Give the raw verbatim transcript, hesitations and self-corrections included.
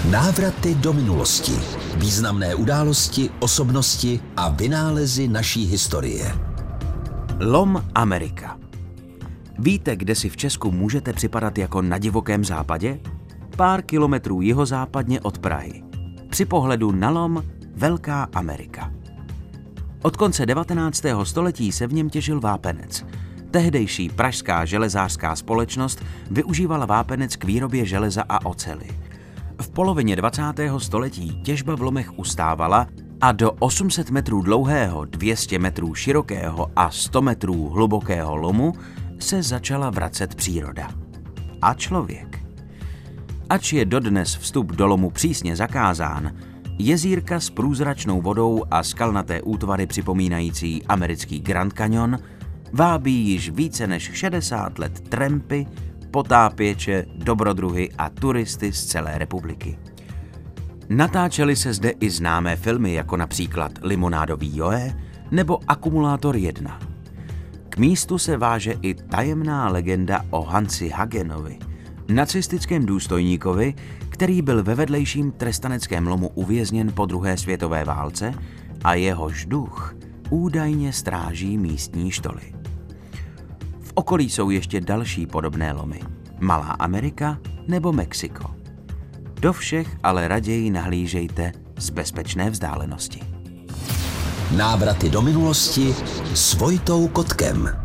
Návraty do minulosti. Významné události, osobnosti a vynálezy naší historie. Lom Amerika. Víte, kde si v Česku můžete připadat jako na divokém západě? Pár kilometrů jihozápadně od Prahy. Při pohledu na lom Velká Amerika. Od konce devatenáctého století se v něm těžil vápenec. Tehdejší pražská železářská společnost využívala vápenec k výrobě železa a oceli. V polovině dvacátého století těžba v lomech ustávala a do osm set metrů dlouhého, dvě stě metrů širokého a sto metrů hlubokého lomu se začala vracet příroda. A člověk. Ač je dodnes vstup do lomu přísně zakázán, jezírka s průzračnou vodou a skalnaté útvary připomínající americký Grand Canyon vábí již více než šedesát let trampy, potápěče, dobrodruhy a turisty z celé republiky. Natáčely se zde i známé filmy jako například Limonádový Joe nebo Akumulátor jedna. K místu se váže i tajemná legenda o Hansi Hagenovi, nacistickém důstojníkovi, který byl ve vedlejším trestaneckém lomu uvězněn po druhé světové válce a jehož duch údajně stráží místní štoly. V okolí jsou ještě další podobné lomy. Malá Amerika nebo Mexiko. Do všech ale raději nahlížejte z bezpečné vzdálenosti. Návraty do minulosti s Vojtou Kotkem.